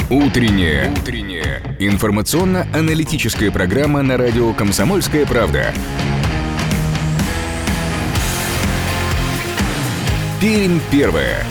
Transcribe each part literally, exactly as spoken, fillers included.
Утренняя. Утренняя. Информационно-аналитическая программа на радио «Комсомольская правда». Пермь первая.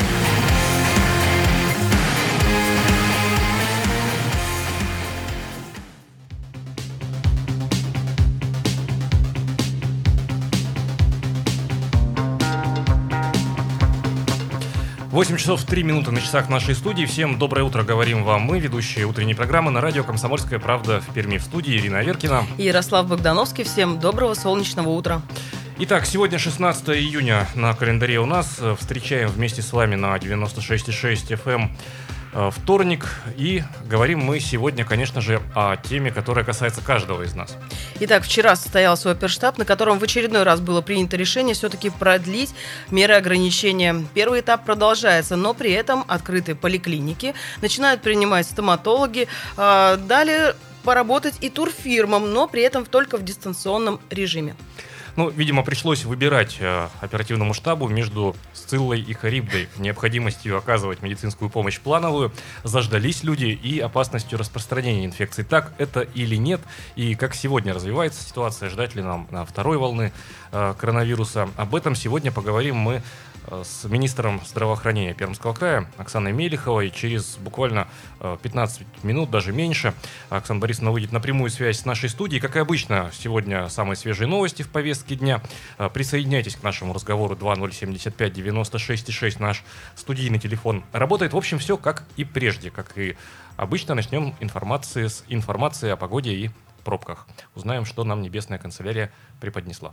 восемь часов три минуты на часах нашей студии. Всем доброе утро, говорим вам мы, ведущие утренней программы на радио «Комсомольская правда» в Перми. В студии Ирина Аверкина и Ярослав Богдановский. Всем доброго солнечного утра. Итак, сегодня шестнадцатое июня на календаре у нас. Встречаем вместе с вами на девяносто шесть и шесть эф эм вторник. И говорим мы сегодня, конечно же, о теме, которая касается каждого из нас. Итак, вчера состоялся оперштаб, на котором в очередной раз было принято решение все-таки продлить меры ограничения. Первый этап продолжается, но при этом открыты поликлиники, начинают принимать стоматологи, далее поработать и турфирмам, но при этом только в дистанционном режиме. Ну, видимо, пришлось выбирать э, оперативному штабу между Сциллой и Харибдой, необходимостью оказывать медицинскую помощь плановую, заждались люди и опасностью распространения инфекции. Так это или нет? И как сегодня развивается ситуация, ждать ли нам э, второй волны э, коронавируса? Об этом сегодня поговорим мы с министром здравоохранения Пермского края Оксаной Мелиховой. Через буквально пятнадцать минут, даже меньше, Оксана Борисовна выйдет на прямую связь с нашей студией. Как и обычно, сегодня самые свежие новости в повестке дня. Присоединяйтесь к нашему разговору. Два ноль семьдесят пять девяносто шесть шесть наш студийный телефон работает. В общем, все как и прежде, как и обычно. Начнем информации с информации о погоде и пробках. Узнаем, что нам небесная канцелярия преподнесла.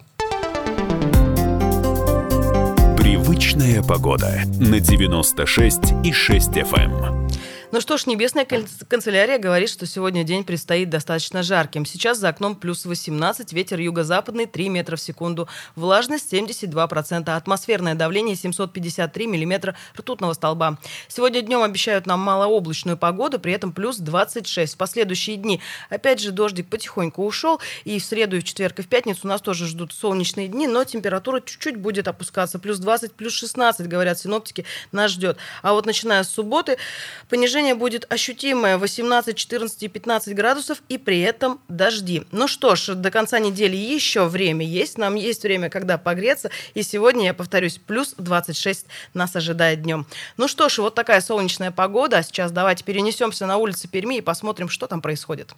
Привычная погода на девяносто шесть и шесть эф эм. Ну что ж, небесная канцелярия говорит, что сегодня день предстоит достаточно жарким. Сейчас за окном плюс восемнадцать, ветер юго-западный три метра в секунду, влажность семьдесят два процента, атмосферное давление семьсот пятьдесят три миллиметра ртутного столба. Сегодня днем обещают нам малооблачную погоду, при этом плюс двадцать шесть. В последующие дни, опять же, дождик потихоньку ушел, и в среду, и в четверг, и в пятницу нас тоже ждут солнечные дни, но температура чуть-чуть будет опускаться. Плюс двадцать, плюс шестнадцать, говорят синоптики, нас ждет. А вот начиная с субботы, понижение будет ощутимое восемнадцать, четырнадцать и пятнадцать градусов, и при этом дожди. Ну что ж, до конца недели еще время есть. Нам есть время, когда погреться. И сегодня, я повторюсь, плюс двадцать шесть нас ожидает днем. Ну что ж, вот такая солнечная погода. А сейчас давайте перенесемся на улицы Перми и посмотрим, что там происходит.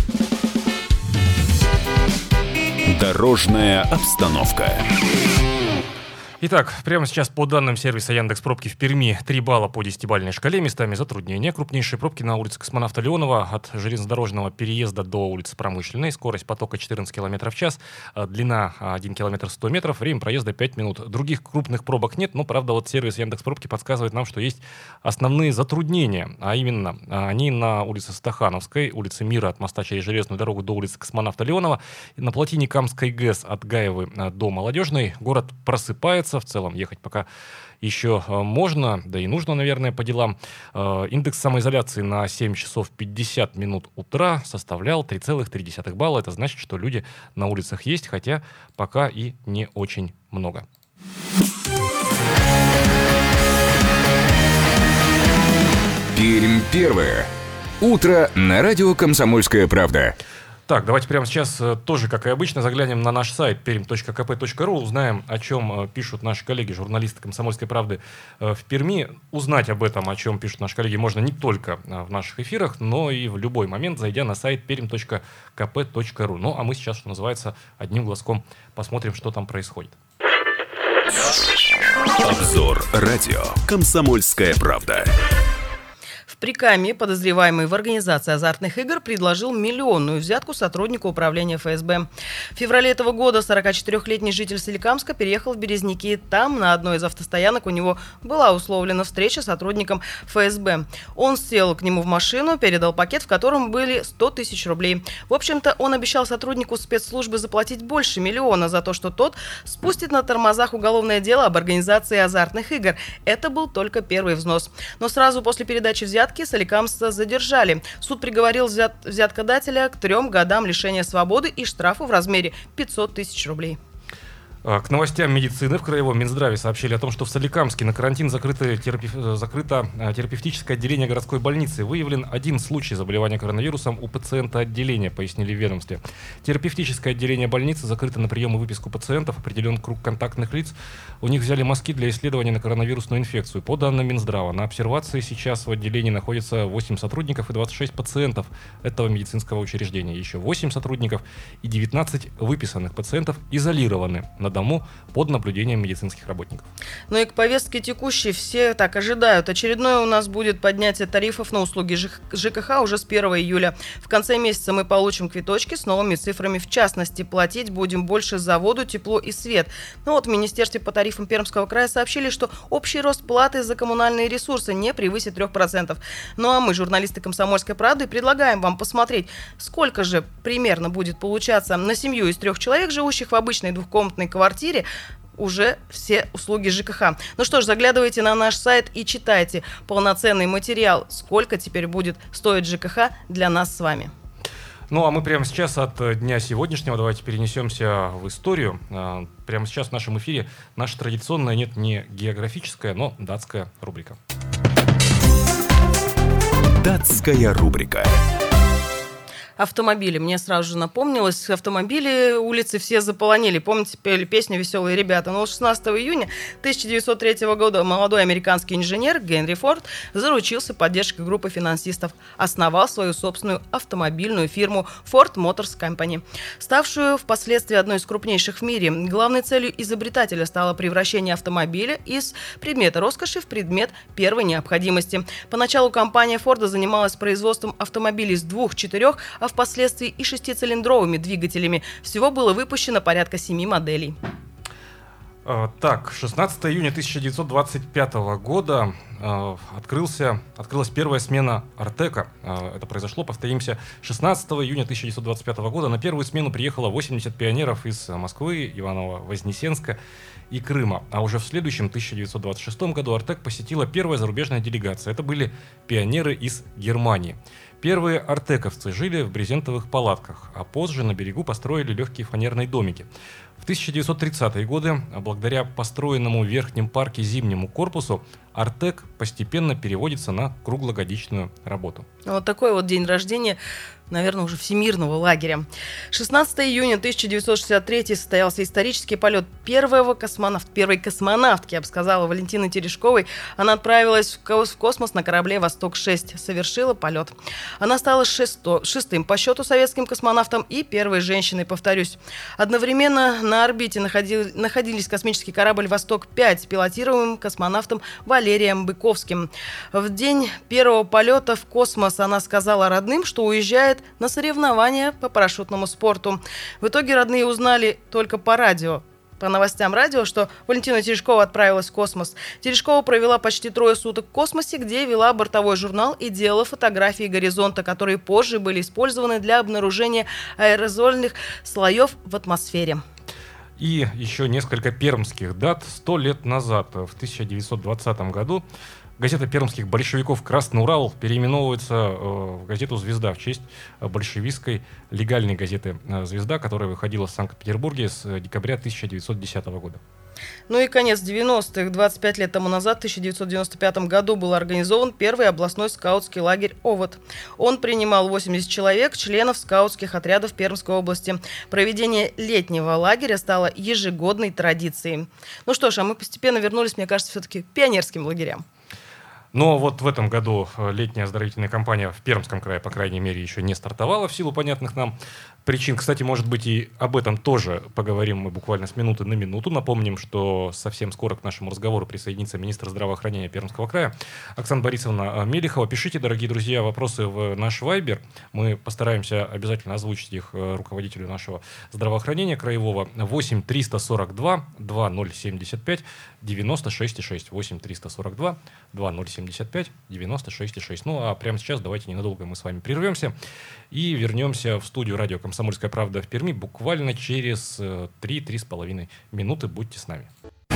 Дорожная обстановка. Итак, прямо сейчас по данным сервиса Яндекс.Пробки в Перми три балла по десятибалльной шкале, местами затруднения. Крупнейшие пробки на улице Космонавта Леонова от железнодорожного переезда до улицы Промышленной. Скорость потока четырнадцать километров в час, длина один километр сто метров, время проезда пять минут. Других крупных пробок нет, но, правда, вот сервис Яндекс.Пробки подсказывает нам, что есть основные затруднения. А именно, они на улице Стахановской, улице Мира от моста через железную дорогу до улицы Космонавта Леонова, на плотине Камской ГЭС от Гаевы до Молодежной. Город просыпается. В целом ехать пока еще можно, да и нужно, наверное, по делам. Индекс самоизоляции на семь часов пятьдесят минут утра составлял три целых три десятых балла. Это значит, что люди на улицах есть, хотя пока и не очень много. Пермь первая. Утро на радио «Комсомольская правда». Так, давайте прямо сейчас тоже, как и обычно, заглянем на наш сайт пермь точка ка пэ точка ру, узнаем, о чем пишут наши коллеги, журналисты «Комсомольской правды» в Перми. Узнать об этом, о чем пишут наши коллеги, можно не только в наших эфирах, но и в любой момент, зайдя на сайт пермь точка ка пэ точка ру. Ну, а мы сейчас, что называется, одним глазком посмотрим, что там происходит. Обзор радио «Комсомольская правда». В Прикамье подозреваемый в организации азартных игр предложил миллионную взятку сотруднику управления эф эс бэ. В феврале этого года сорокачетырёхлетний житель Соликамска переехал в Березники. Там на одной из автостоянок у него была условлена встреча с сотрудником эф эс бэ. Он сел к нему в машину, передал пакет, в котором были сто тысяч рублей. В общем-то, он обещал сотруднику спецслужбы заплатить больше миллиона за то, что тот спустит на тормозах уголовное дело об организации азартных игр. Это был только первый взнос. Но сразу после передачи взятки соликамца задержали. Суд приговорил взят... взяткодателя к трем годам лишения свободы и штрафу в размере пятьсот тысяч рублей. К новостям медицины. В Краевом Минздраве сообщили о том, что в Соликамске на карантин закрыто, терапев... закрыто терапевтическое отделение городской больницы. Выявлен один случай заболевания коронавирусом у пациента отделения, пояснили в ведомстве. Терапевтическое отделение больницы закрыто на прием и выписку пациентов, определен круг контактных лиц. У них взяли мазки для исследования на коронавирусную инфекцию. По данным Минздрава, на обсервации сейчас в отделении находится восемь сотрудников и двадцать шесть пациентов этого медицинского учреждения. Еще восемь сотрудников и девятнадцать выписанных пациентов изолированы на дому под наблюдением медицинских работников. Ну и к повестке текущей все так ожидают. Очередное у нас будет поднятие тарифов на услуги ЖКХ уже с первого июля. В конце месяца мы получим квиточки с новыми цифрами. В частности, платить будем больше за воду, тепло и свет. Ну вот в Министерстве по тарифам Пермского края сообщили, что общий рост платы за коммунальные ресурсы не превысит трех процентов. Ну а мы, журналисты «Комсомольской правды», предлагаем вам посмотреть, сколько же примерно будет получаться на семью из трех человек, живущих в обычной двухкомнатной квартире, квартире уже все услуги ЖКХ. Ну что ж, заглядывайте на наш сайт и читайте полноценный материал, сколько теперь будет стоить ЖКХ для нас с вами. Ну, а мы прямо сейчас от дня сегодняшнего давайте перенесемся в историю. Прямо сейчас в нашем эфире наша традиционная, нет, не географическая, но датская рубрика. Датская рубрика. Автомобили. Мне сразу же напомнилось, автомобили, улицы все заполонили. Помните, пели песню «Веселые ребята». Но шестнадцатого июня тысяча девятьсот третьего года молодой американский инженер Генри Форд заручился поддержкой группы финансистов. Основал свою собственную автомобильную фирму Ford Motors Company, ставшую впоследствии одной из крупнейших в мире. Главной целью изобретателя стало превращение автомобиля из предмета роскоши в предмет первой необходимости. Поначалу компания Форда занималась производством автомобилей с двух, четырех, а впоследствии и шестицилиндровыми двигателями. Всего было выпущено порядка семи моделей. Так, шестнадцатого июня тысяча девятьсот двадцать пятого года э, открылся, открылась первая смена Артека. Э, это произошло, повторимся, шестнадцатого июня тысяча девятьсот двадцать пятого года. На первую смену приехало восемьдесят пионеров из Москвы, Иваново-Вознесенска и Крыма. А уже в следующем, тысяча девятьсот двадцать шестом году, Артек посетила первая зарубежная делегация. Это были пионеры из Германии. Первые артековцы жили в брезентовых палатках, а позже на берегу построили легкие фанерные домики. В тысяча девятьсот тридцатые годы, благодаря построенному в Верхнем парке зимнему корпусу, Артек постепенно переводится на круглогодичную работу. Вот такой вот день рождения, наверное, уже всемирного лагеря. шестнадцатого июня тысяча девятьсот шестьдесят третьего состоялся исторический полет первого космонавта, первой космонавтки, я бы сказала, Валентины Терешковой. Она отправилась в космос на корабле «Восток-шесть», совершила полет. Она стала шесто, шестым по счету советским космонавтом и первой женщиной, повторюсь. Одновременно на орбите находили, находились космический корабль «Восток-пять» с пилотируемым космонавтом Валерием Быковским. В день первого полета в космос она сказала родным, что уезжает на соревнования по парашютному спорту. В итоге родные узнали только по радио, по новостям радио, что Валентина Терешкова отправилась в космос. Терешкова провела почти трое суток в космосе, где вела бортовой журнал и делала фотографии горизонта, которые позже были использованы для обнаружения аэрозольных слоев в атмосфере. И еще несколько пермских дат. Сто лет назад, в тысяча девятьсот двадцатом году, газета пермских большевиков «Красный Урал» переименовывается в газету «Звезда» в честь большевистской легальной газеты «Звезда», которая выходила в Санкт-Петербурге с декабря тысяча девятьсот десятого года. Ну и конец девяностых. двадцать пять лет тому назад, в тысяча девятьсот девяносто пятом году, был организован первый областной скаутский лагерь «Овод». Он принимал восемьдесят человек, членов скаутских отрядов Пермской области. Проведение летнего лагеря стало ежегодной традицией. Ну что ж, а мы постепенно вернулись, мне кажется, все-таки к пионерским лагерям. Но вот в этом году летняя оздоровительная кампания в Пермском крае, по крайней мере, еще не стартовала в силу понятных нам причин. Кстати, может быть, и об этом тоже поговорим мы буквально с минуты на минуту. Напомним, что совсем скоро к нашему разговору присоединится министр здравоохранения Пермского края Оксана Борисовна Мелихова. Пишите, дорогие друзья, вопросы в наш вайбер. Мы постараемся обязательно озвучить их руководителю нашего здравоохранения краевого. восемь триста сорок два двадцать семьдесят пять девяносто шесть шесть. восемь триста сорок два двадцать семьдесят пять девяносто шесть шесть. Ну а прямо сейчас давайте ненадолго мы с вами прервемся и вернемся в студию радио «Комсомольская правда» в Перми буквально через три-три с половиной минуты. Будьте с нами.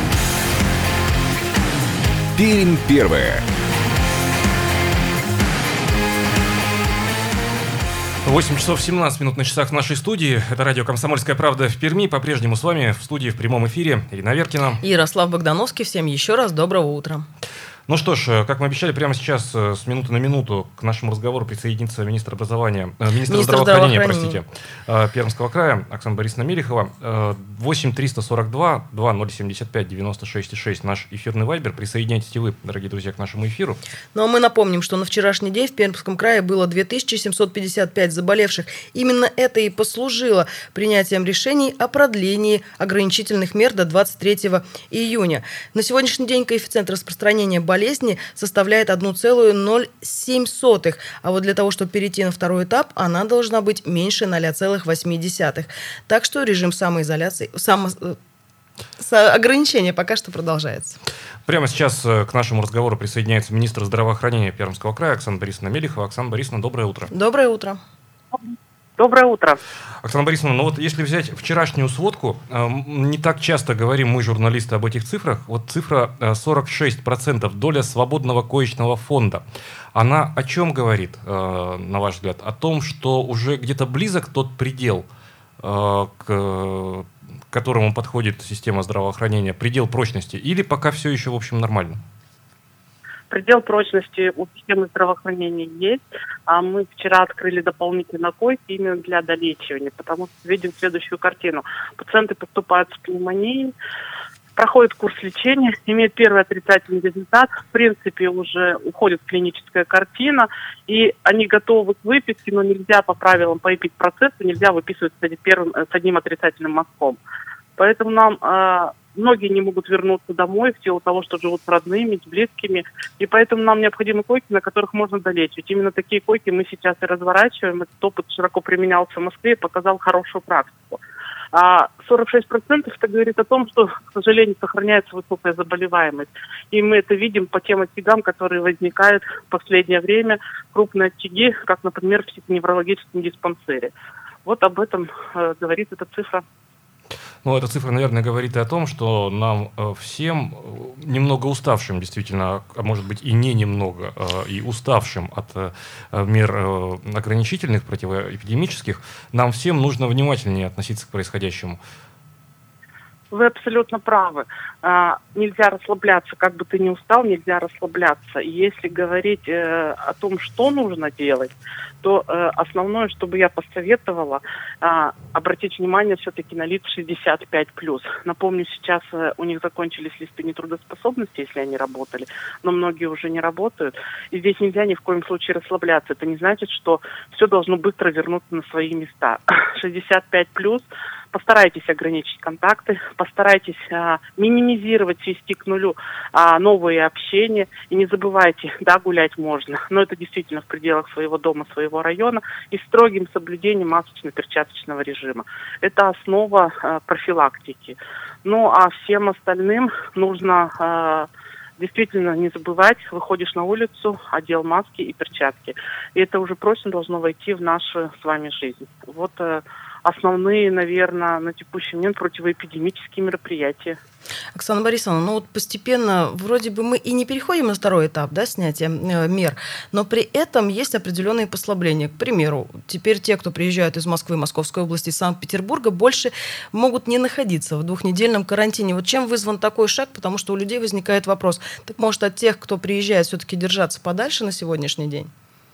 Пермь первая. восемь часов семнадцать минут на часах в нашей студии. Это радио «Комсомольская правда» в Перми. По-прежнему с вами в студии в прямом эфире Ирина Веркина. И Ярослав Богдановский. Всем еще раз доброго утра. Ну что ж, как мы обещали, прямо сейчас с минуты на минуту к нашему разговору присоединится министр образования, э, министр, министр здравоохранения, здравоохранения. простите, э, Пермского края Оксана Борисовна Мелихова. Э, восемь триста сорок два двадцать семьдесят пять девяносто шесть шесть наш эфирный вайбер. Присоединяйтесь и вы, дорогие друзья, к нашему эфиру. Ну а мы напомним, что на вчерашний день в Пермском крае было две тысячи семьсот пятьдесят пять заболевших. Именно это и послужило принятием решений о продлении ограничительных мер до двадцать третьего июня. На сегодняшний день коэффициент распространения болезни составляет одна целая ноль семь сотых, а вот для того, чтобы перейти на второй этап, она должна быть меньше ноль целых восемь десятых. Так что режим самоизоляции, само, ограничения пока что продолжается. Прямо сейчас к нашему разговору присоединяется министр здравоохранения Пермского края Оксана Борисовна Мелихова. Оксана Борисовна, доброе утро. Доброе утро. Доброе утро. Оксана Борисовна, ну вот если взять вчерашнюю сводку, э, не так часто говорим мы, журналисты, об этих цифрах. Вот цифра э, сорок шесть процентов, доля свободного коечного фонда. Она о чем говорит, э, на ваш взгляд? О том, что уже где-то близок тот предел, э, к которому подходит система здравоохранения, предел прочности, или пока все еще, в общем, нормально? Предел прочности у системы здравоохранения есть, а мы вчера открыли дополнительно койки именно для долечивания, потому что видим следующую картину. Пациенты поступают с пневмонией, проходят курс лечения, имеют первый отрицательный результат, в принципе уже уходит клиническая картина, и они готовы к выписке, но нельзя по правилам по эпид-процессу, нельзя выписывать с, первым, с одним отрицательным мазком. Поэтому нам... Э, Многие не могут вернуться домой в силу того, что живут с родными, с близкими, и поэтому нам необходимы койки, на которых можно долечивать. Именно такие койки мы сейчас и разворачиваем. Этот опыт широко применялся в Москве и показал хорошую практику. А сорок шесть процентов это говорит о том, что, к сожалению, сохраняется высокая заболеваемость. И мы это видим по тем очагам, которые возникают в последнее время, крупные очаги, как, например, в психоневрологическом диспансере. Вот об этом э, говорит эта цифра. Ну, эта цифра, наверное, говорит и о том, что нам э, всем, э, немного уставшим, действительно, а может быть и не немного, э, и уставшим от э, мер э, ограничительных, противоэпидемических, нам всем нужно внимательнее относиться к происходящему. Вы абсолютно правы. А, нельзя расслабляться, как бы ты ни устал, нельзя расслабляться. И если говорить э, о том, что нужно делать, то э, основное, что бы я посоветовала, э, обратить внимание все-таки на лиц шестьдесят пять плюс. Напомню, сейчас э, у них закончились листы нетрудоспособности, если они работали, но многие уже не работают. И здесь нельзя ни в коем случае расслабляться. Это не значит, что все должно быстро вернуться на свои места. шестьдесят пять плюс. Постарайтесь ограничить контакты, постарайтесь а, минимизировать, свести к нулю а, новые общения. И не забывайте, да, гулять можно, но это действительно в пределах своего дома, своего района и строгим соблюдением масочно-перчаточного режима. Это основа а, профилактики. Ну а всем остальным нужно... А, Действительно, не забывать, выходишь на улицу, одел маски и перчатки. И это уже прочно должно войти в нашу с вами жизнь. Вот э, основные, наверное, на текущий момент противоэпидемические мероприятия. Оксана Борисовна, ну вот постепенно вроде бы мы и не переходим на второй этап, да, снятия э, мер, но при этом есть определенные послабления. К примеру, теперь те, кто приезжают из Москвы, Московской области, Санкт-Петербурга, больше могут не находиться в двухнедельном карантине. Вот чем вызван такой шаг? Потому что у людей возникает вопрос, так может от тех, кто приезжает, все-таки держаться подальше на сегодняшний день?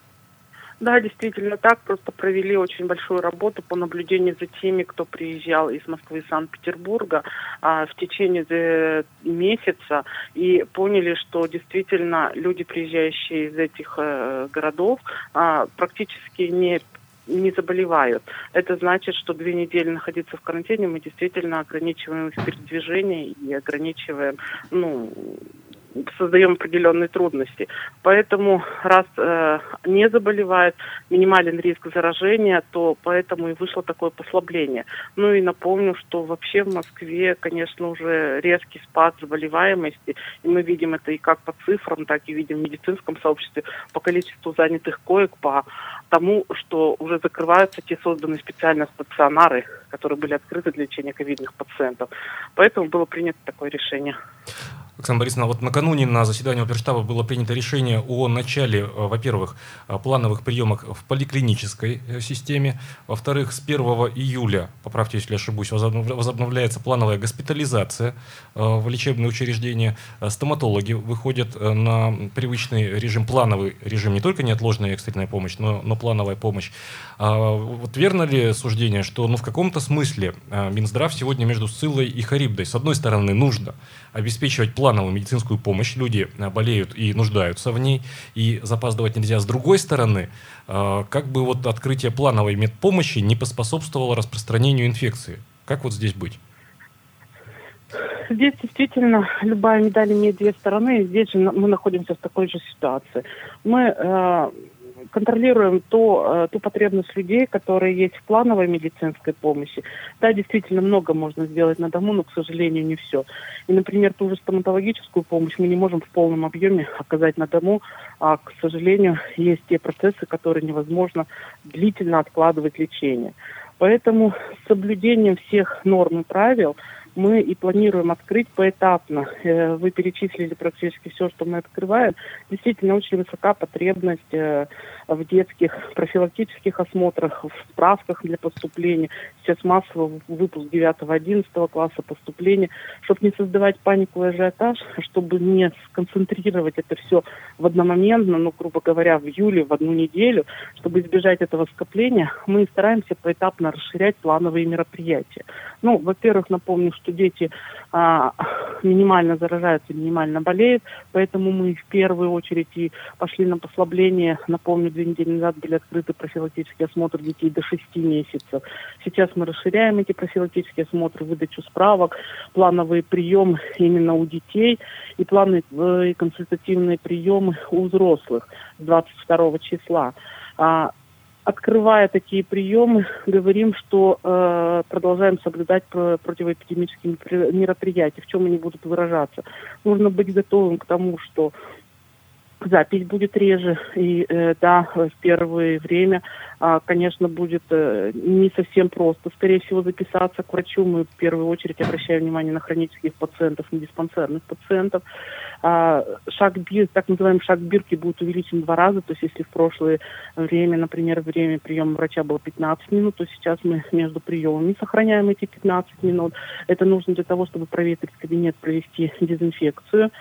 Да, действительно так. Просто провели очень большую работу по наблюдению за теми, кто приезжал из Москвы и Санкт-Петербурга а, в течение э, месяца и поняли, что действительно люди, приезжающие из этих э, городов, а, практически не не заболевают. Это значит, что две недели находиться в карантине мы действительно ограничиваем их передвижение и ограничиваем, ну, создаем определенные трудности. Поэтому, раз э, не заболевает, минимален риск заражения, то поэтому и вышло такое послабление. Ну и напомню, что вообще в Москве, конечно, уже резкий спад заболеваемости, и мы видим это и как по цифрам, так и видим в медицинском сообществе, по количеству занятых коек, по тому, что уже закрываются те созданные специально стационары, которые были открыты для лечения ковидных пациентов. Поэтому было принято такое решение. Оксана Борисовна, вот накануне на заседании Оперштаба было принято решение о начале, во-первых, плановых приемок в поликлинической системе, во-вторых, с первого июля, поправьте, если ошибусь, возобновляется плановая госпитализация в лечебные учреждения, стоматологи выходят на привычный режим, плановый режим, не только неотложная экстренная помощь, но, но плановая помощь. Вот верно ли суждение, что ну, в каком-то смысле Минздрав сегодня между Сциллой и Харибдой, с одной стороны, нужно обеспечивать плановую медицинскую помощь, люди болеют и нуждаются в ней, и запаздывать нельзя. С другой стороны, как бы вот открытие плановой медпомощи не поспособствовало распространению инфекции? Как вот здесь быть? Здесь действительно любая медаль имеет две стороны, и здесь же мы находимся в такой же ситуации. Мы э, контролируем то, ту потребность людей, которые есть в плановой медицинской помощи. Да, действительно, много можно сделать на дому, но, к сожалению, не все. И, например, ту же стоматологическую помощь мы не можем в полном объеме оказать на дому, а, к сожалению, есть те процессы, которые невозможно длительно откладывать лечение. Поэтому с соблюдением всех норм и правил мы и планируем открыть поэтапно. Вы перечислили практически все, что мы открываем. Действительно, очень высока потребность в детских профилактических осмотрах, в справках для поступления. Сейчас массово выпуск девятого-одиннадцатого класса поступления. Чтобы не создавать панику и ажиотаж, чтобы не сконцентрировать это все в одномоментно, ну, грубо говоря, в июле, в одну неделю, чтобы избежать этого скопления, мы стараемся поэтапно расширять плановые мероприятия. Ну, во-первых, напомню, что дети а, минимально заражаются, минимально болеют, поэтому мы в первую очередь и пошли на послабление. Напомню, две недели назад были открыты профилактические осмотры детей до шести месяцев. Сейчас мы расширяем эти профилактические осмотры, выдачу справок, плановые приемы именно у детей и планы и консультативные приемы у взрослых с двадцать второго числа. Открывая такие приемы, говорим, что э, продолжаем соблюдать противоэпидемические мероприятия. В чем они будут выражаться? Нужно быть готовым к тому, что запись будет реже, и э, да, в первое время, э, конечно, будет э, не совсем просто, скорее всего, записаться к врачу. Мы в первую очередь обращаем внимание на хронических пациентов, на диспансерных пациентов. Э, шаг бир, так называемый шаг бирки будет увеличен в два раза, то есть если в прошлое время, например, время приема врача было пятнадцать минут, то сейчас мы между приемами сохраняем эти пятнадцать минут. Это нужно для того, чтобы проветрить кабинет, провести дезинфекцию.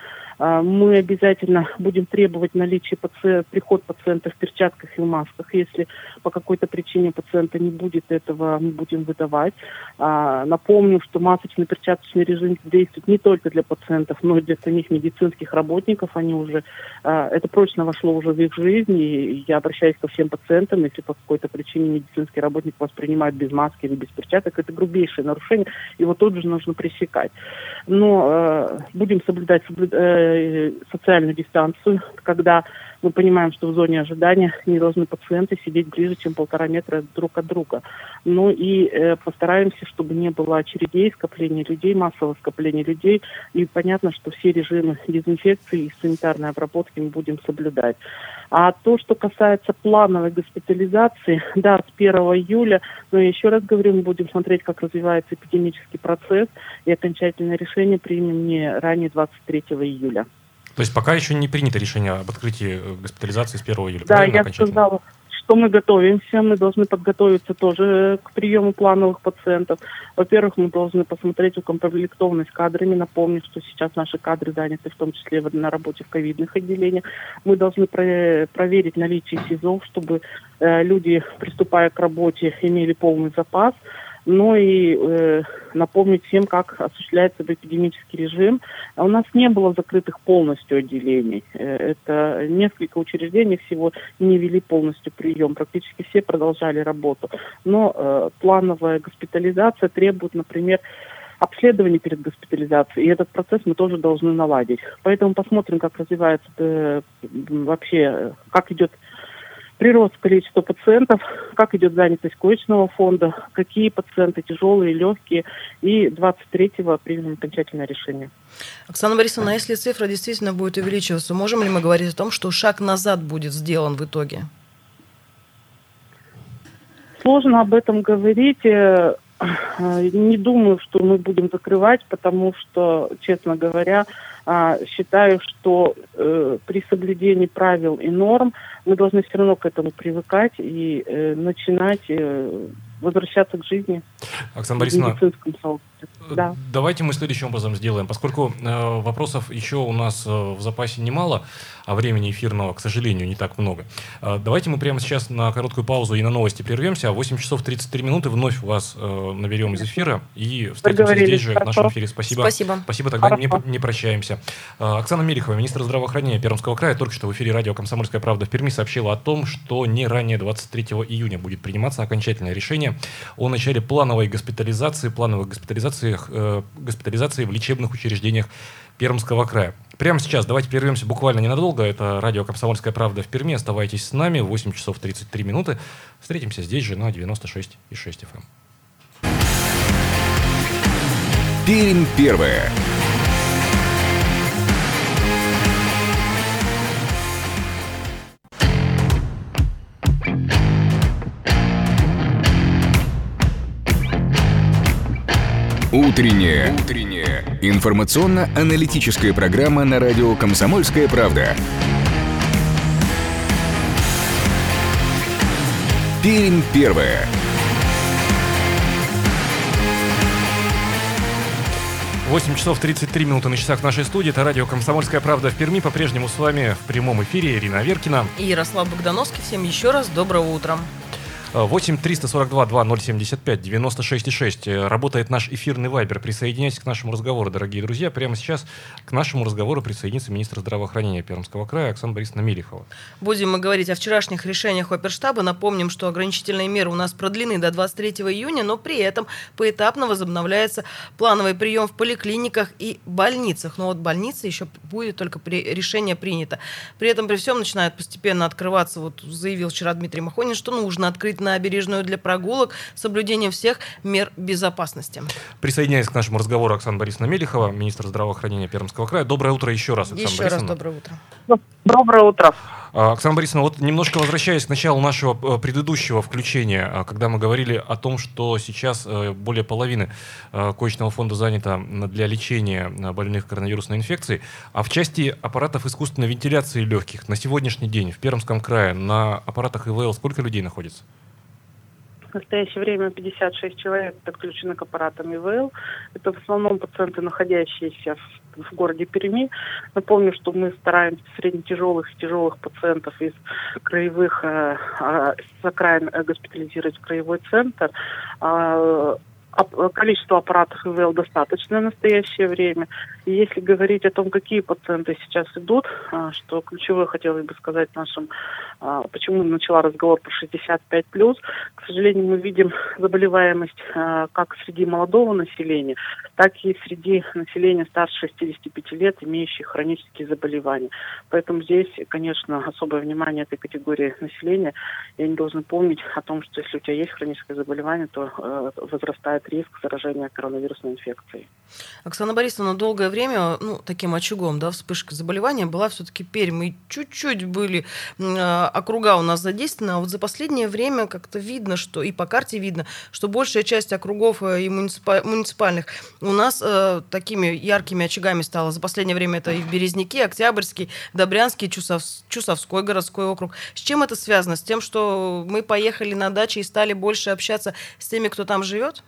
Мы обязательно будем требовать наличия паци... приход пациента в перчатках и в масках. Если по какой-то причине пациента не будет этого, мы будем выдавать. А, напомню, что масочно-перчаточный режим действует не только для пациентов, но и для самих медицинских работников. Они уже, а, это прочно вошло уже в их жизнь. И я обращаюсь ко всем пациентам, если по какой-то причине медицинский работник воспринимает без маски или без перчаток, это грубейшее нарушение, его тут же нужно пресекать. Но а, будем соблюдать, соблюдать социальную дистанцию, когда мы понимаем, что в зоне ожидания не должны пациенты сидеть ближе, чем полтора метра друг от друга. Ну и э, постараемся, чтобы не было очередей, скопления людей, массового скопления людей. И понятно, что все режимы дезинфекции и санитарной обработки мы будем соблюдать. А то, что касается плановой госпитализации, да, с первого июля, но еще раз говорю, мы будем смотреть, как развивается эпидемический процесс, и окончательное решение примем не ранее двадцать третьего июля. То есть пока еще не принято решение об открытии госпитализации с первого июля? Да, я сказала, что мы готовимся, мы должны подготовиться тоже к приему плановых пациентов. Во-первых, мы должны посмотреть укомплектованность кадрами. Напомню, что сейчас наши кадры заняты в том числе на работе в ковидных отделениях. Мы должны про- проверить наличие СИЗОВ, чтобы э, люди, приступая к работе, имели полный запас. Ну и э, напомнить всем, как осуществляется эпидемический режим. А у нас не было закрытых полностью отделений. Э, это несколько учреждений всего не вели полностью прием. Практически все продолжали работу. Но э, плановая госпитализация требует, например, обследование перед госпитализацией. И этот процесс мы тоже должны наладить. Поэтому посмотрим, как развивается э, вообще, как идет прирост количества пациентов, как идет занятость коечного фонда, какие пациенты тяжелые, легкие, и двадцать третьего примем окончательное решение. Оксана Борисовна, если цифра действительно будет увеличиваться, можем ли мы говорить о том, что шаг назад будет сделан в итоге? Сложно об этом говорить. не думаю, что мы будем закрывать, потому что, честно говоря, считаю, что при соблюдении правил и норм мы должны все равно к этому привыкать и начинать возвращаться к жизни. Оксана Борисовна, да. Давайте мы следующим образом сделаем. Поскольку э, вопросов еще у нас э, в запасе немало, а времени эфирного, к сожалению, не так много. Э, давайте мы прямо сейчас на короткую паузу и на новости прервемся, а в восемь часов тридцать три минуты вновь вас э, наберем из эфира и встретимся здесь же в нашем эфире. Спасибо. Спасибо. Спасибо, тогда не, не прощаемся. Э, Оксана Мелихова, министр здравоохранения Пермского края, только что в эфире радио «Комсомольская правда» в Перми сообщила о том, что не ранее двадцать третьего июня будет приниматься окончательное решение о начале плановой госпитализации, плановых госпитализациях, э, госпитализации в лечебных учреждениях Пермского края. Прямо сейчас давайте прервемся буквально ненадолго. Это радио «Комсомольская правда» в Перми. Оставайтесь с нами. восемь часов тридцать три минуты. Встретимся здесь же на девяносто шесть и шесть эф эм. Пермь первая. Утренняя. Утренняя. Информационно-аналитическая программа на радио «Комсомольская правда». Пермь первая. восемь часов тридцать три минуты на часах нашей студии. Это радио «Комсомольская правда» в Перми. По-прежнему с вами в прямом эфире Ирина Аверкина. И Ярослав Богдановский. Всем еще раз доброго утра. восемь триста сорок два двадцать ноль семьдесят пять девяносто шесть и шесть. Работает наш эфирный вайбер. Присоединяйтесь к нашему разговору, дорогие друзья. Прямо сейчас к нашему разговору присоединится министр здравоохранения Пермского края Оксана Борисовна Мелихова. Будем мы говорить о вчерашних решениях Оперштаба. Напомним, что ограничительные меры у нас продлены до двадцать третьего июня, но при этом поэтапно возобновляется плановый прием в поликлиниках и больницах. Но вот больницы еще будет только при... решение принято. При этом при всем начинают постепенно открываться, вот заявил вчера Дмитрий Махонин, что нужно открыть набережную для прогулок с соблюдением всех мер безопасности. Присоединяясь к нашему разговору, Оксана Борисовна Мелихова, министр здравоохранения Пермского края. Доброе утро еще раз, Оксана еще Борисовна. раз доброе утро. Доброе утро. Оксана Борисовна, вот немножко возвращаясь к началу нашего предыдущего включения, когда мы говорили о том, что сейчас более половины коечного фонда занято для лечения больных коронавирусной инфекцией, а в части аппаратов искусственной вентиляции легких на сегодняшний день в Пермском крае на аппаратах ИВЛ сколько людей находится? В настоящее время пятьдесят шесть человек подключены к аппаратам ИВЛ. Это в основном пациенты, находящиеся в, в городе Перми. Напомню, что мы стараемся среднетяжелых и тяжелых пациентов из краевых, э, э, с окраин э, госпитализировать в краевой центр. Э, Количество аппаратов ИВЛ достаточное в настоящее время. И если говорить о том, какие пациенты сейчас идут, что ключевое хотелось бы сказать нашим, почему начала разговор про шестьдесят пять плюс, к сожалению, мы видим заболеваемость как среди молодого населения, так и среди населения старше шестидесяти пяти лет, имеющих хронические заболевания. Поэтому здесь, конечно, особое внимание этой категории населения. И они должны помнить о том, что если у тебя есть хроническое заболевание, то возрастает риск заражения коронавирусной инфекцией. Оксана Борисовна, долгое время, ну, таким очагом, да, вспышка заболевания была все-таки Пермь. И чуть-чуть были э, округа у нас задействованы, а вот за последнее время как-то видно, что и по карте видно, что большая часть округов э, и муниципа- муниципальных у нас э, такими яркими очагами стала. За последнее время это и в Березняке, Октябрьский, Добрянский, Чусов, Чусовской городской округ. С чем это связано? С тем, что мы поехали на дачи и стали больше общаться с теми, кто там живет?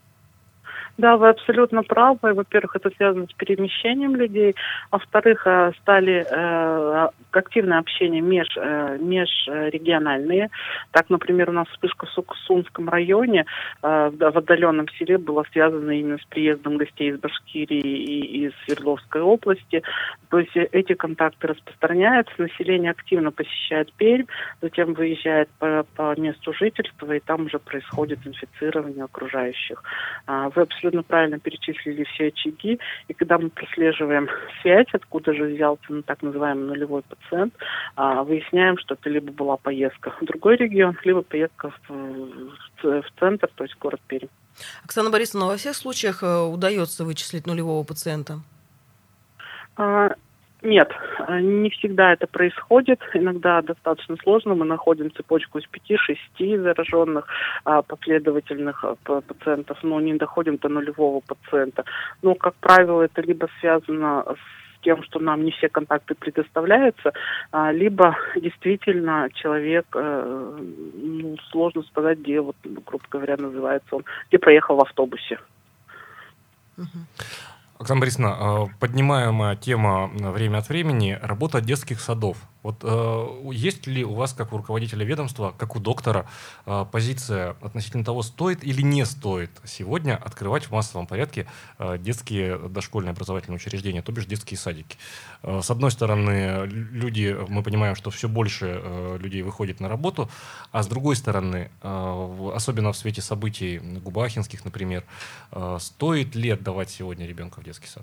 Да, вы абсолютно правы. Во-первых, это связано с перемещением людей. А во-вторых, стали э, активное общение меж, э, межрегиональные. Так, например, у нас вспышка в Суксунском районе э, в отдаленном селе была связана именно с приездом гостей из Башкирии и из Свердловской области. То есть эти контакты распространяются, население активно посещает Пермь, затем выезжает по, по месту жительства, и там уже происходит инфицирование окружающих. Вы абсолютно правильно перечислили все очаги, и когда мы прослеживаем связь, откуда же взялся ну, так называемый нулевой пациент, выясняем, что это либо была поездка в другой регион, либо поездка в, в, в центр, то есть город Пермь. Оксана Борисовна, во всех случаях удается вычислить нулевого пациента? Нет, не всегда это происходит. Иногда достаточно сложно. Мы находим цепочку из пяти-шести зараженных а, последовательных а, пациентов, но не доходим до нулевого пациента. Но, как правило, это либо связано с тем, что нам не все контакты предоставляются, а, либо действительно человек, а, ну, сложно сказать, где, вот, грубо говоря, называется он, где проехал в автобусе. Оксана Борисовна, поднимаемая тема время от времени – работа детских садов. Вот э, есть ли у вас, как у руководителя ведомства, как у доктора, э, позиция относительно того, стоит или не стоит сегодня открывать в массовом порядке э, детские дошкольные образовательные учреждения, то бишь детские садики? Э, с одной стороны, люди, мы понимаем, что все больше э, людей выходит на работу, а с другой стороны, э, особенно в свете событий губахинских, например, э, стоит ли отдавать сегодня ребенка в детский сад?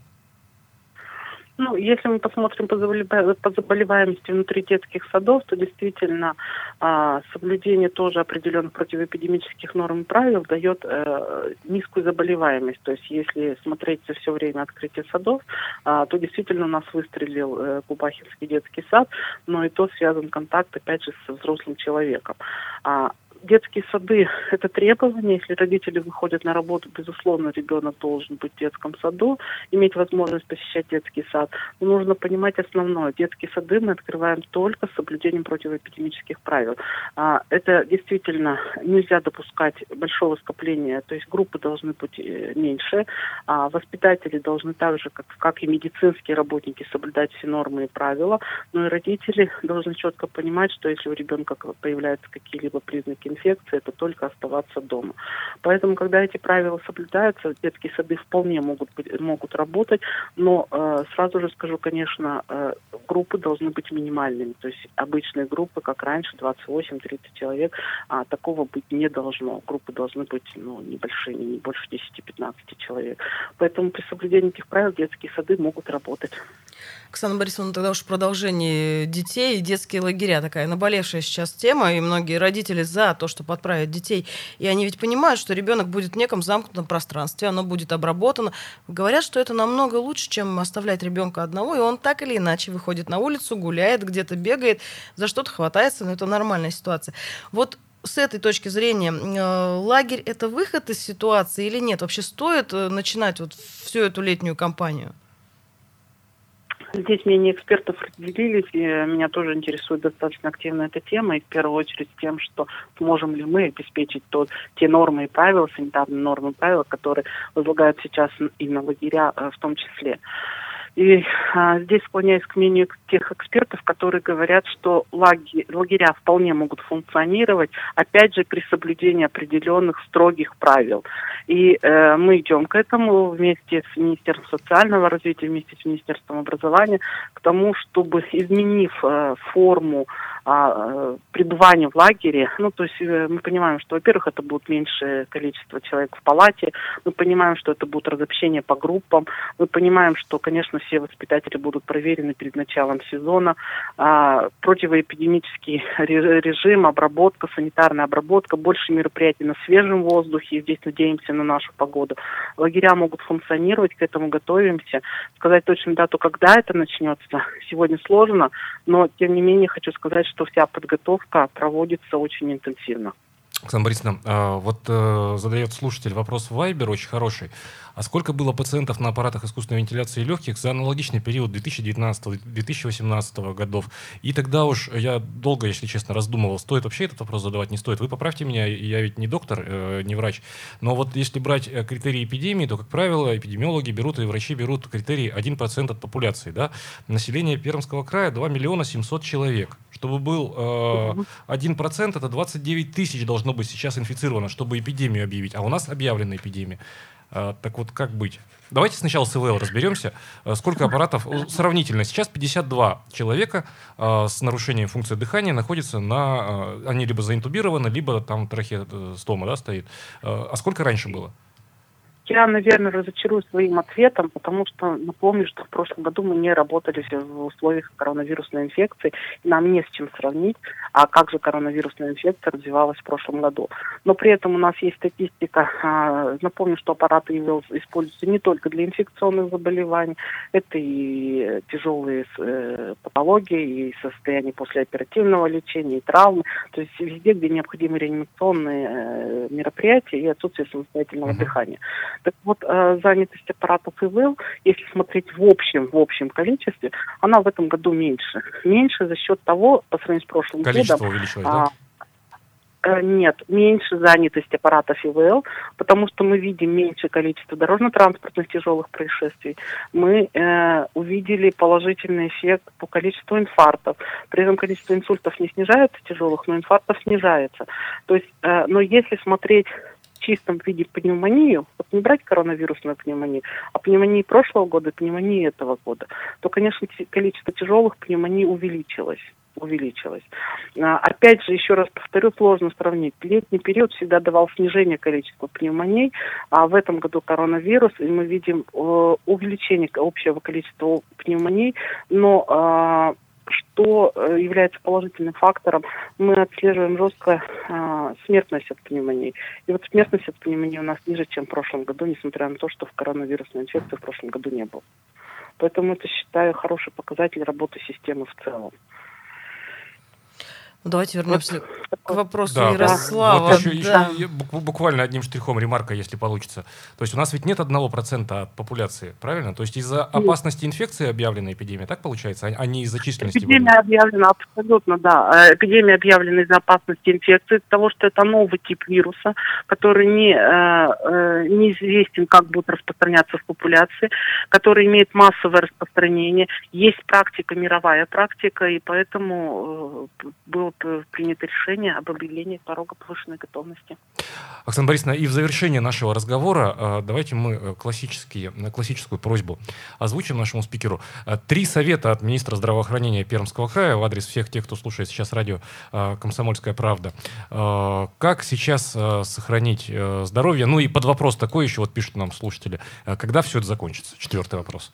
Ну, если мы посмотрим по, заболева... по заболеваемости внутри детских садов, то действительно а, соблюдение тоже определенных противоэпидемических норм и правил дает а, низкую заболеваемость. То есть если смотреть за все время открытия садов, а, то действительно у нас выстрелил а, Губахинский детский сад, но и то связан контакт, опять же, со взрослым человеком. А, Детские сады – это требование. Если родители выходят на работу, безусловно, ребенок должен быть в детском саду, иметь возможность посещать детский сад. Но нужно понимать основное. Детские сады мы открываем только с соблюдением противоэпидемических правил. Это действительно нельзя допускать большого скопления, то есть группы должны быть меньше. Воспитатели должны так же, как, как и медицинские работники, соблюдать все нормы и правила. Но и родители должны четко понимать, что если у ребенка появляются какие-либо признаки инфекции, это только оставаться дома. Поэтому, когда эти правила соблюдаются, детские сады вполне могут быть, могут работать, но э, сразу же скажу, конечно, э, группы должны быть минимальными, то есть обычные группы, как раньше, двадцать восемь тридцать человек, а такого быть не должно. Группы должны быть, ну, небольшими, не больше десять-пятнадцать человек. Поэтому при соблюдении этих правил детские сады могут работать. Оксана Борисовна, тогда уж в продолжении детей и детские лагеря. Такая наболевшая сейчас тема, и многие родители за то, чтобы отправить детей. И они ведь понимают, что ребенок будет в неком замкнутом пространстве, оно будет обработано. Говорят, что это намного лучше, чем оставлять ребенка одного, и он так или иначе выходит на улицу, гуляет, где-то бегает, за что-то хватается, но это нормальная ситуация. Вот с этой точки зрения, лагерь – это выход из ситуации или нет? Вообще стоит начинать вот всю эту летнюю кампанию? Здесь мнения экспертов разделились, и меня тоже интересует достаточно активно эта тема, и в первую очередь с тем, что сможем ли мы обеспечить тот, те нормы и правила, санитарные нормы и правила, которые возлагают сейчас и на лагеря в том числе. И а, здесь склоняюсь к мнению тех экспертов, которые говорят, что лагеря, лагеря вполне могут функционировать, опять же, при соблюдении определенных строгих правил. И э, мы идем к этому вместе с Министерством социального развития, вместе с Министерством образования, к тому, чтобы, изменив э, форму э, пребывания в лагере, ну, то есть э, мы понимаем, что, во-первых, это будет меньшее количество человек в палате, мы понимаем, что это будет разобщение по группам, мы понимаем, что, конечно, все воспитатели будут проверены перед началом сезона. А, противоэпидемический режим, обработка, санитарная обработка, больше мероприятий на свежем воздухе. И здесь надеемся на нашу погоду. Лагеря могут функционировать, к этому готовимся. Сказать точную дату, когда это начнется, сегодня сложно, но, тем не менее, хочу сказать, что вся подготовка проводится очень интенсивно. Оксана Борисовна, вот э, задает слушатель вопрос в Viber, очень хороший. А сколько было пациентов на аппаратах искусственной вентиляции легких за аналогичный период две тысячи девятнадцатого - две тысячи восемнадцатого годов? И тогда уж я долго, если честно, раздумывал, стоит вообще этот вопрос задавать, не стоит. Вы поправьте меня, я ведь не доктор, э, не врач. Но вот если брать критерии эпидемии, то, как правило, эпидемиологи берут и врачи берут критерий один процент от популяции. Да? Население Пермского края два миллиона семьсот человек. Чтобы был э, один процент, это двадцать девять тысяч должно быть сейчас инфицировано, чтобы эпидемию объявить. А у нас объявлена эпидемия. А, так вот, как быть? Давайте сначала с ИВЛ разберемся. Сколько аппаратов? Сравнительно. Сейчас пятьдесят два человека а, с нарушением функции дыхания находятся на... А, они либо заинтубированы, либо там трахеостома, да, стоит. А, а сколько раньше было? Я, наверное, разочарую своим ответом, потому что напомню, что в прошлом году мы не работали в условиях коронавирусной инфекции, и нам не с чем сравнить, а как же коронавирусная инфекция развивалась в прошлом году. Но при этом у нас есть статистика. Напомню, что аппараты ИВЛ используются не только для инфекционных заболеваний, это и тяжелые патологии, и состояние послеоперативного лечения, и травмы, то есть везде, где необходимы реанимационные мероприятия и отсутствие самостоятельного uh-huh. дыхания. Так вот, э, занятость аппаратов ИВЛ, если смотреть в общем, в общем количестве, она в этом году меньше. Меньше за счет того, по сравнению с прошлым Количество годом... увеличилось, а, да? э, Нет, меньше занятость аппаратов ИВЛ, потому что мы видим меньшее количество дорожно-транспортных тяжелых происшествий. Мы э, увидели положительный эффект по количеству инфарктов. При этом количество инсультов не снижается тяжелых, но инфарктов снижается. То есть, э, но если смотреть... в чистом виде пневмонию, вот не брать коронавирусную пневмонию, а пневмонии прошлого года и пневмонии этого года, то, конечно, количество тяжелых пневмоний увеличилось. увеличилось. А, опять же, еще раз повторю, сложно сравнить. Летний период всегда давал снижение количества пневмоний, а в этом году коронавирус, и мы видим э, увеличение общего количества пневмоний, но э, что является положительным фактором, мы отслеживаем жестко э, смертность от пневмонии. И вот смертность от пневмонии у нас ниже, чем в прошлом году, несмотря на то, что в коронавирусной инфекции в прошлом году не было. Поэтому это, считаю, хороший показатель работы системы в целом. Давайте вернемся вот к вопросу да, Ярослава. Вот еще, да. еще буквально одним штрихом ремарка, если получится. То есть у нас ведь нет одного процента от популяции, правильно? То есть из-за опасности инфекции объявлена эпидемия, так получается, а не из-за численности? Эпидемия объявлена абсолютно, да. Эпидемия объявлена из-за опасности инфекции, из-за того, что это новый тип вируса, который не, э, неизвестен, как будет распространяться в популяции, который имеет массовое распространение. Есть практика, мировая практика, и поэтому э, было принято решение об объявлении порога повышенной готовности. Оксана Борисовна, и в завершение нашего разговора давайте мы классические, классическую просьбу озвучим нашему спикеру. Три совета от министра здравоохранения Пермского края в адрес всех тех, кто слушает сейчас радио «Комсомольская правда». Как сейчас сохранить здоровье? Ну и под вопрос такой еще, вот пишут нам слушатели, когда все это закончится? Четвертый вопрос.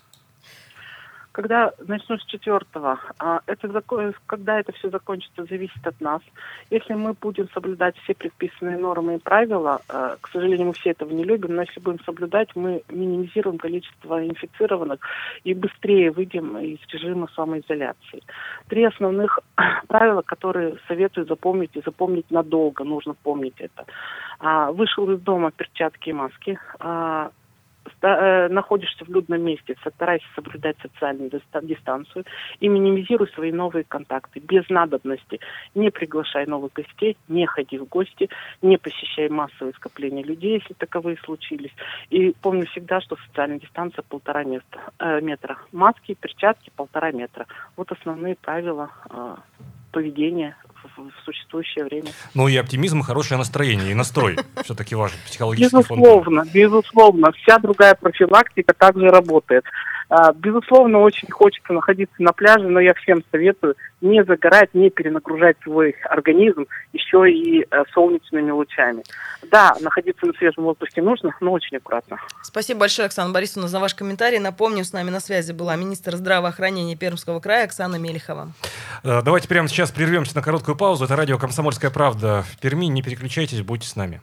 Когда начну с четвертого, это, когда это все закончится, зависит от нас. Если мы будем соблюдать все предписанные нормы и правила, к сожалению, мы все этого не любим, но если будем соблюдать, мы минимизируем количество инфицированных и быстрее выйдем из режима самоизоляции. Три основных правила, которые советую запомнить и запомнить надолго, нужно помнить это. Вышел из дома, перчатки и маски. Находишься в людном месте, старайся соблюдать социальную дистанцию и минимизируй свои новые контакты без надобности. Не приглашай новых гостей, не ходи в гости, не посещай массовые скопления людей, если таковые случились. И помни всегда, что социальная дистанция полтора места, э, метра. Маски, перчатки полтора метра. Вот основные правила э, поведения в существующее время. Ну и оптимизм, и хорошее настроение, и настрой все-таки важен, психологический фон. Безусловно, безусловно. Вся другая профилактика также работает. Безусловно, очень хочется находиться на пляже, но я всем советую не загорать, не перенагружать свой организм еще и солнечными лучами. Да, находиться на свежем воздухе нужно, но очень аккуратно. Спасибо большое, Оксана Борисовна, за ваш комментарий. Напомню, с нами на связи была министр здравоохранения Пермского края Оксана Мелихова. Давайте прямо сейчас прервемся на короткую паузу. Это радио «Комсомольская правда» в Перми. Не переключайтесь, будьте с нами.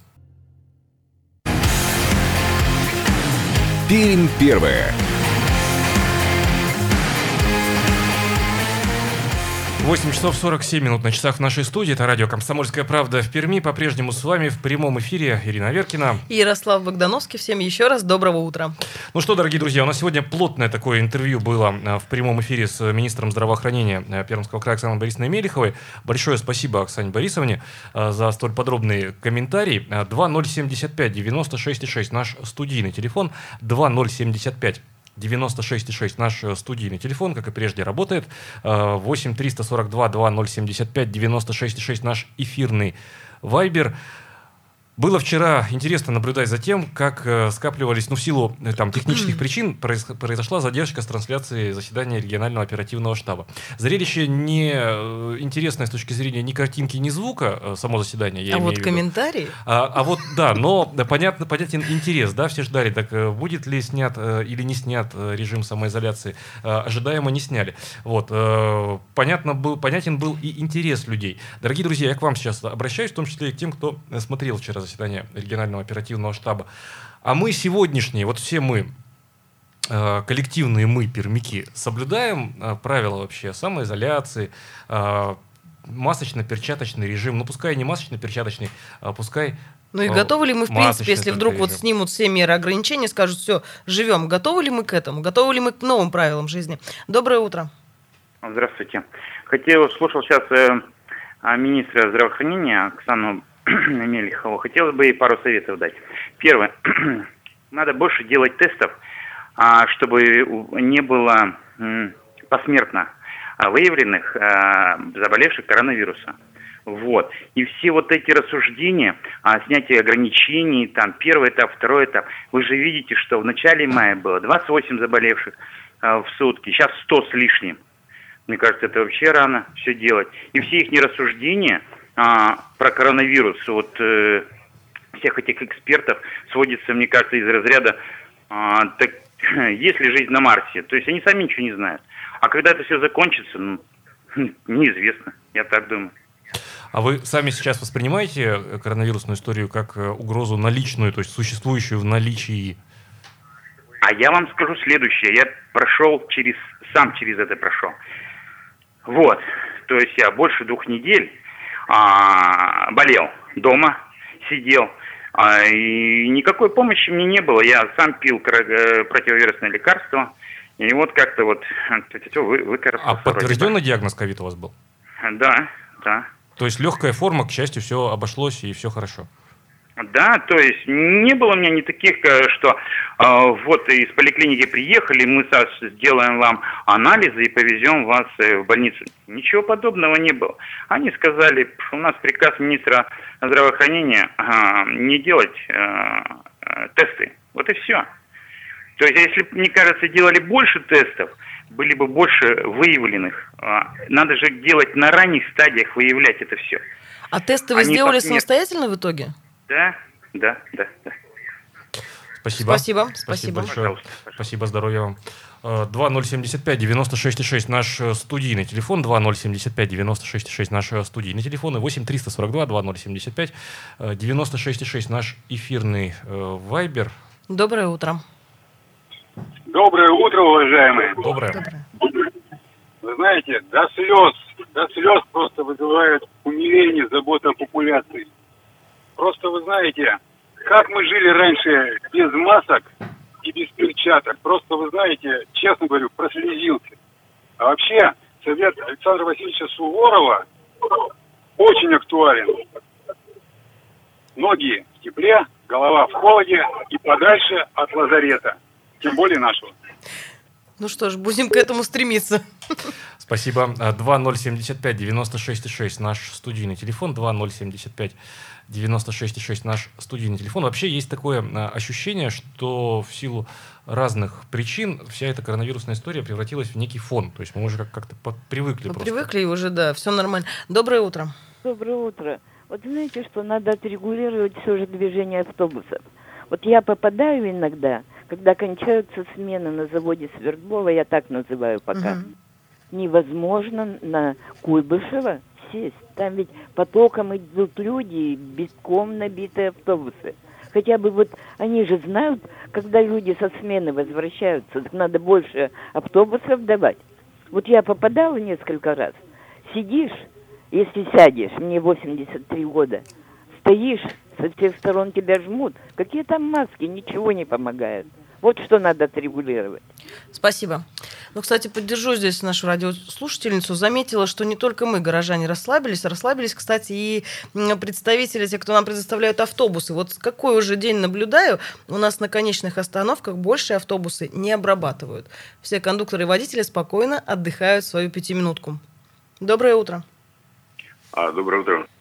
Пермь первая. восемь часов сорок семь минут на часах в нашей студии. Это радио «Комсомольская правда» в Перми. По-прежнему с вами в прямом эфире Ирина Веркина. И Ярослав Богдановский. Всем еще раз доброго утра. Ну что, дорогие друзья, у нас сегодня плотное такое интервью было в прямом эфире с министром здравоохранения Пермского края Оксаной Борисовной Мелиховой. Большое спасибо Оксане Борисовне за столь подробный комментарий. два ноль семь пять девяносто шесть шесть наш студийный телефон. два ноль семь пять девяносто шесть шесть наш студийный телефон, как и прежде, работает. восемь триста сорок два два ноль семь пять девяносто шесть шесть наш эфирный вайбер. Было вчера интересно наблюдать за тем, как э, скапливались, ну, в силу э, там, технических причин, произ, произошла задержка с трансляцией заседания регионального оперативного штаба. Зрелище не э, интересное с точки зрения ни картинки, ни звука, э, само заседание, я А имею вот в виду. комментарии? А, а вот, да, но да, понятно, понятен интерес, да, все ждали, так э, будет ли снят э, или не снят э, режим самоизоляции. Э, ожидаемо не сняли. Вот, э, понятно был, понятен был и интерес людей. Дорогие друзья, я к вам сейчас обращаюсь, в том числе и к тем, кто смотрел вчера заседание регионального оперативного штаба. А мы сегодняшние, вот все мы, э, коллективные мы, пермяки, соблюдаем э, правила вообще самоизоляции, э, масочно-перчаточный режим, ну пускай не масочно-перчаточный, а пускай... Ну и готовы ли мы, в принципе, если вдруг режим. вот снимут все меры ограничений, скажут, все, живем, готовы ли мы к этому? Готовы ли мы к новым правилам жизни? Доброе утро. Здравствуйте. Хотел, слушал сейчас э, министра здравоохранения Оксану Мелихову. Хотелось бы ей пару советов дать. Первое. Надо больше делать тестов, а, чтобы не было м, посмертно выявленных а, заболевших коронавирусом. Вот. И все вот эти рассуждения о снятии ограничений, там, первый этап, второй этап, вы же видите, что в начале мая было двадцать восемь заболевших а, в сутки, сейчас сто с лишним. Мне кажется, это вообще рано все делать. И все их рассуждения а, про коронавирус, вот э, всех этих экспертов сводится, мне кажется, из разряда а, так, есть ли жизнь на Марсе. То есть они сами ничего не знают. А когда это все закончится, ну, неизвестно, я так думаю. А вы сами сейчас воспринимаете коронавирусную историю как угрозу наличную, то есть существующую в наличии? А я вам скажу следующее. Я прошел через, сам через это прошел. Вот. То есть я больше двух недель а, болел дома, сидел. А, и никакой помощи мне не было. Я сам пил противовирусное лекарство. И вот как-то вот вы, выкарабкался. А подтвержденный диагноз ковид у вас был? Да, да. То есть легкая форма, к счастью, все обошлось и все хорошо? Да, то есть не было у меня ни таких, что э, вот из поликлиники приехали, мы сейчас сделаем вам анализы и повезем вас э, в больницу. Ничего подобного не было. Они сказали, у нас приказ министра здравоохранения э, не делать э, э, тесты. Вот и все. То есть, если, мне кажется, делали больше тестов, были бы больше выявленных. Надо же делать на ранних стадиях, выявлять это все. А тесты вы Они сделали так нет. самостоятельно в итоге? Да, да, да, да. Спасибо. Спасибо. Спасибо Спасибо. большое. Пожалуйста, пожалуйста. Спасибо, здоровья вам. два ноль семь пять девяносто шесть шесть наш студийный телефон, два ноль семь пять девяносто шесть шесть наш студийный телефон, и восемь триста сорок два два ноль семь пять девяносто шесть шесть наш эфирный вайбер. Доброе утро. Доброе утро, уважаемые. Доброе. Доброе. Вы знаете, до слез, до слез просто вызывает умиление, забота о популяции. Просто вы знаете, как мы жили раньше без масок и без перчаток. Просто вы знаете, честно говорю, прослезился. А вообще, совет Александра Васильевича Суворова очень актуален. Ноги в тепле, голова в холоде и подальше от лазарета. Тем более нашего. Ну что ж, будем к этому стремиться. Спасибо. два ноль семь пять девяносто шесть шесть наш студийный телефон, два ноль семь пять девяносто шесть шесть наш студийный телефон. Вообще есть такое ощущение, что в силу разных причин вся эта коронавирусная история превратилась в некий фон. То есть мы уже как-то привыкли Ну, просто. привыкли и уже, да, все нормально. Доброе утро. Доброе утро. Вот знаете, что надо отрегулировать все же движение автобусов. Вот я попадаю иногда, когда кончаются смены на заводе Свердлова, я так называю пока, Угу. невозможно на Куйбышева сесть. Там ведь потоком идут люди, битком набитые автобусы. Хотя бы вот они же знают, когда люди со смены возвращаются, так надо больше автобусов давать. Вот я попадала несколько раз. Сидишь, если сядешь, мне восемьдесят три года, стоишь, со всех сторон тебя жмут. Какие там маски, ничего не помогает. Вот что надо отрегулировать. Спасибо. Ну, кстати, поддержу здесь нашу радиослушательницу. Заметила, что не только мы, горожане, расслабились. Расслабились, кстати, и представители, те, кто нам предоставляют автобусы. Вот какой уже день наблюдаю, у нас на конечных остановках больше автобусы не обрабатывают. Все кондукторы и водители спокойно отдыхают свою пятиминутку. Доброе утро. А, доброе утро.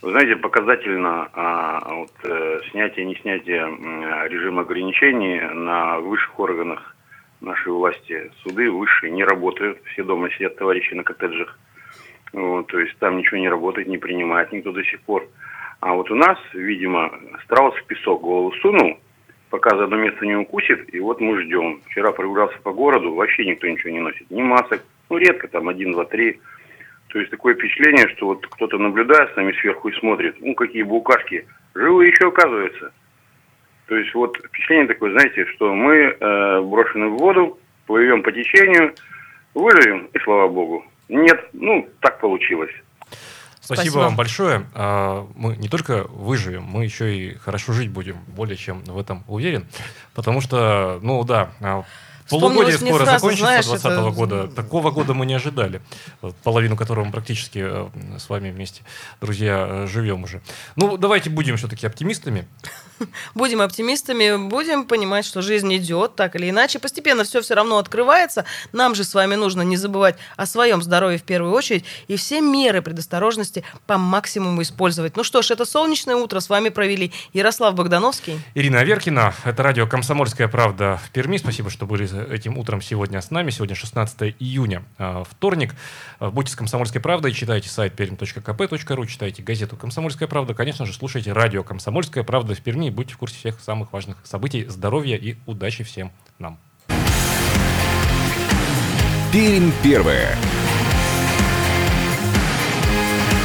Вы знаете, показательно а, вот, э, снятие, не снятие э, режима ограничений на высших органах нашей власти. Суды высшие не работают, все дома сидят товарищи на коттеджах. Вот, то есть там ничего не работает, не принимает никто до сих пор. А вот у нас, видимо, страус в песок голову сунул, пока за одно место не укусит, и вот мы ждем. Вчера прогулялся по городу, вообще никто ничего не носит, ни масок, ну редко, там один, два, три. То есть такое впечатление, что вот кто-то наблюдает с нами сверху и смотрит, ну какие букашки, живые еще оказывается. То есть вот впечатление такое, знаете, что мы э, брошены в воду, плывем по течению, выживем, и слава богу. Нет, ну так получилось. Спасибо, Спасибо вам большое. Мы не только выживем, мы еще и хорошо жить будем, более чем в этом уверен. Потому что, ну да, полугодие скоро сразу, закончится, знаешь, двадцатого это... года. Такого года мы не ожидали. Половину которого мы практически с вами вместе, друзья, живем уже. Ну, давайте будем все-таки оптимистами. Будем оптимистами, будем понимать, что жизнь идет так или иначе. Постепенно все все равно открывается. Нам же с вами нужно не забывать о своем здоровье в первую очередь и все меры предосторожности по максимуму использовать. Ну что ж, это солнечное утро с вами провели Ярослав Богдановский, Ирина Аверкина. Это радио «Комсомольская правда» в Перми. Спасибо, что были этим утром сегодня с нами. Сегодня шестнадцатое июня, вторник. Будьте с «Комсомольской правдой», читайте сайт пермь точка ка пэ точка ру, читайте газету «Комсомольская правда». Конечно же, слушайте радио «Комсомольская правда» в Перми. Будьте в курсе всех самых важных событий. Здоровья и удачи всем нам. Пермь первая.